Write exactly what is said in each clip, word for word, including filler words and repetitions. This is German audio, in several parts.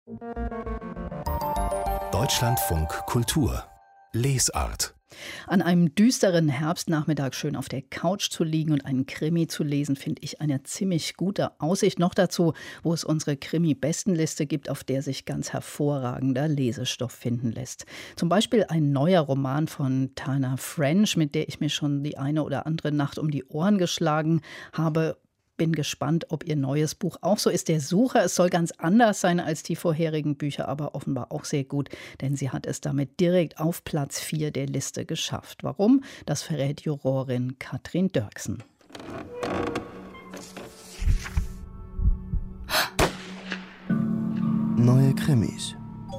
Deutschlandfunk Kultur Lesart. An einem düsteren Herbstnachmittag schön auf der Couch zu liegen und einen Krimi zu lesen, finde ich eine ziemlich gute Aussicht. Noch dazu, wo es unsere Krimi-Bestenliste gibt, auf der sich ganz hervorragender Lesestoff finden lässt. Zum Beispiel ein neuer Roman von Tana French, mit der ich mir schon die eine oder andere Nacht um die Ohren geschlagen habe. Bin gespannt, ob ihr neues Buch auch so ist. Der Sucher, es soll ganz anders sein als die vorherigen Bücher, aber offenbar auch sehr gut, denn sie hat es damit direkt auf Platz vier der Liste geschafft. Warum? Das verrät Jurorin Katrin Dörksen. Neue Krimis.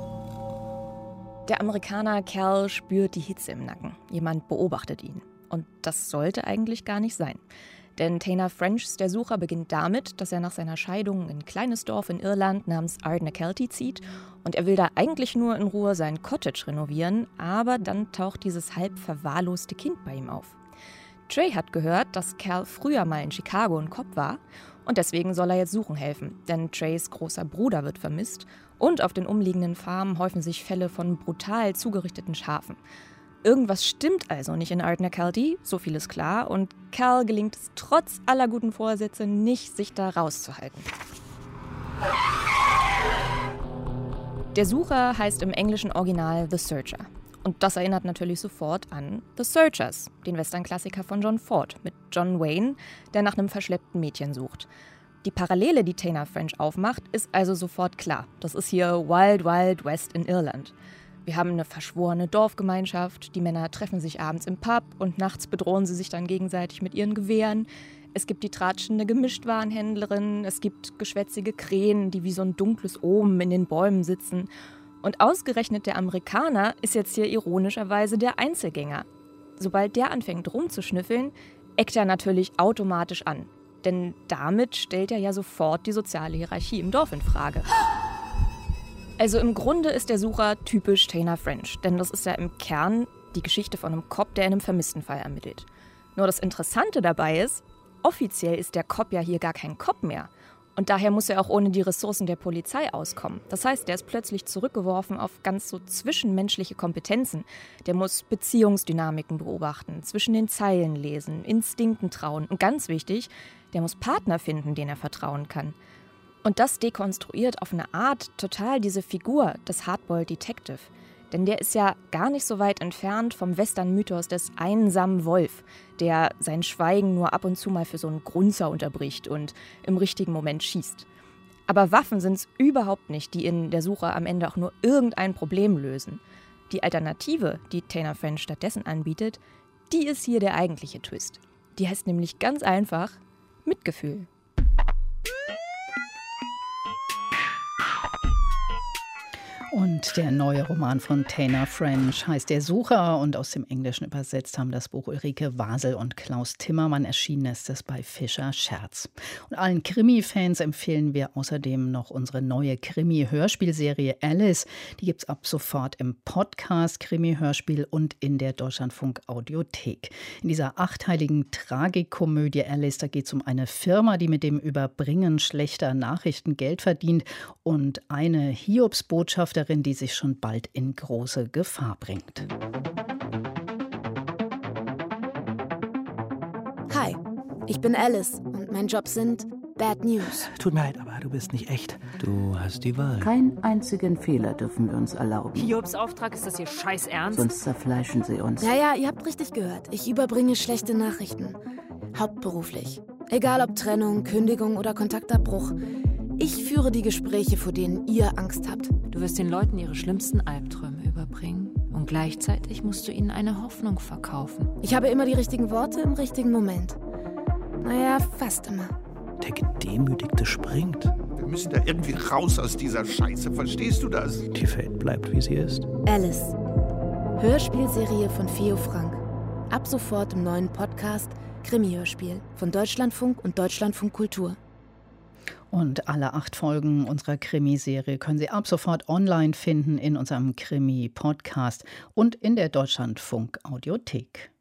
Der Amerikaner Cal spürt die Hitze im Nacken. Jemand beobachtet ihn. Und das sollte eigentlich gar nicht sein. Denn Tana Frenchs Der Sucher beginnt damit, dass er nach seiner Scheidung in ein kleines Dorf in Irland namens Ardnacalty zieht. Und er will da eigentlich nur in Ruhe sein Cottage renovieren, aber dann taucht dieses halb verwahrloste Kind bei ihm auf. Trey hat gehört, dass Cal früher mal in Chicago ein Cop war und deswegen soll er jetzt suchen helfen. Denn Treys großer Bruder wird vermisst und auf den umliegenden Farmen häufen sich Fälle von brutal zugerichteten Schafen. Irgendwas stimmt also nicht in Ardnacalty, so viel ist klar, und Cal gelingt es trotz aller guten Vorsätze nicht, sich da rauszuhalten. Der Sucher heißt im englischen Original The Searcher. Und das erinnert natürlich sofort an The Searchers, den Western-Klassiker von John Ford mit John Wayne, der nach einem verschleppten Mädchen sucht. Die Parallele, die Tana French aufmacht, ist also sofort klar. Das ist hier Wild Wild West in Irland. Wir haben eine verschworene Dorfgemeinschaft, die Männer treffen sich abends im Pub und nachts bedrohen sie sich dann gegenseitig mit ihren Gewehren. Es gibt die tratschende Gemischtwarenhändlerin, es gibt geschwätzige Krähen, die wie so ein dunkles Omen in den Bäumen sitzen. Und ausgerechnet der Amerikaner ist jetzt hier ironischerweise der Einzelgänger. Sobald der anfängt rumzuschnüffeln, eckt er natürlich automatisch an. Denn damit stellt er ja sofort die soziale Hierarchie im Dorf in Frage. Also im Grunde ist der Sucher typisch Tana French, denn das ist ja im Kern die Geschichte von einem Cop, der in einem Vermisstenfall ermittelt. Nur das Interessante dabei ist, offiziell ist der Cop ja hier gar kein Cop mehr. Und daher muss er auch ohne die Ressourcen der Polizei auskommen. Das heißt, der ist plötzlich zurückgeworfen auf ganz so zwischenmenschliche Kompetenzen. Der muss Beziehungsdynamiken beobachten, zwischen den Zeilen lesen, Instinkten trauen. Und ganz wichtig, der muss Partner finden, denen er vertrauen kann. Und das dekonstruiert auf eine Art total diese Figur des Hardboiled Detective. Denn der ist ja gar nicht so weit entfernt vom Western-Mythos des einsamen Wolf, der sein Schweigen nur ab und zu mal für so einen Grunzer unterbricht und im richtigen Moment schießt. Aber Waffen sind es überhaupt nicht, die in Der Sucher am Ende auch nur irgendein Problem lösen. Die Alternative, die Tana French stattdessen anbietet, die ist hier der eigentliche Twist. Die heißt nämlich ganz einfach Mitgefühl. Und der neue Roman von Tana French heißt Der Sucher und aus dem Englischen übersetzt haben das Buch Ulrike Wasel und Klaus Timmermann. Erschienen ist es bei Fischer Scherz. Und allen Krimi-Fans empfehlen wir außerdem noch unsere neue Krimi-Hörspielserie Alice. Die gibt es ab sofort im Podcast Krimi-Hörspiel und in der Deutschlandfunk-Audiothek. In dieser achteiligen Tragikkomödie Alice, da geht es um eine Firma, die mit dem Überbringen schlechter Nachrichten Geld verdient und eine Hiobsbotschafterin, die sich schon bald in große Gefahr bringt. Hi, ich bin Alice und mein Job sind Bad News. Tut mir leid, aber du bist nicht echt. Du hast die Wahl. Keinen einzigen Fehler dürfen wir uns erlauben. Hiobs Auftrag, ist das hier scheiß ernst? Sonst zerfleischen sie uns. Ja, ja, ihr habt richtig gehört. Ich überbringe schlechte Nachrichten. Hauptberuflich. Egal ob Trennung, Kündigung oder Kontaktabbruch. Ich führe die Gespräche, vor denen ihr Angst habt. Du wirst den Leuten ihre schlimmsten Albträume überbringen. Und gleichzeitig musst du ihnen eine Hoffnung verkaufen. Ich habe immer die richtigen Worte im richtigen Moment. Naja, fast immer. Der Gedemütigte springt. Wir müssen da irgendwie raus aus dieser Scheiße. Verstehst du das? Die Welt bleibt, wie sie ist. Alice. Hörspielserie von Fio Frank. Ab sofort im neuen Podcast Krimi-Hörspiel von Deutschlandfunk und Deutschlandfunk Kultur. Und alle acht Folgen unserer Krimiserie können Sie ab sofort online finden in unserem Krimi-Podcast und in der Deutschlandfunk-Audiothek.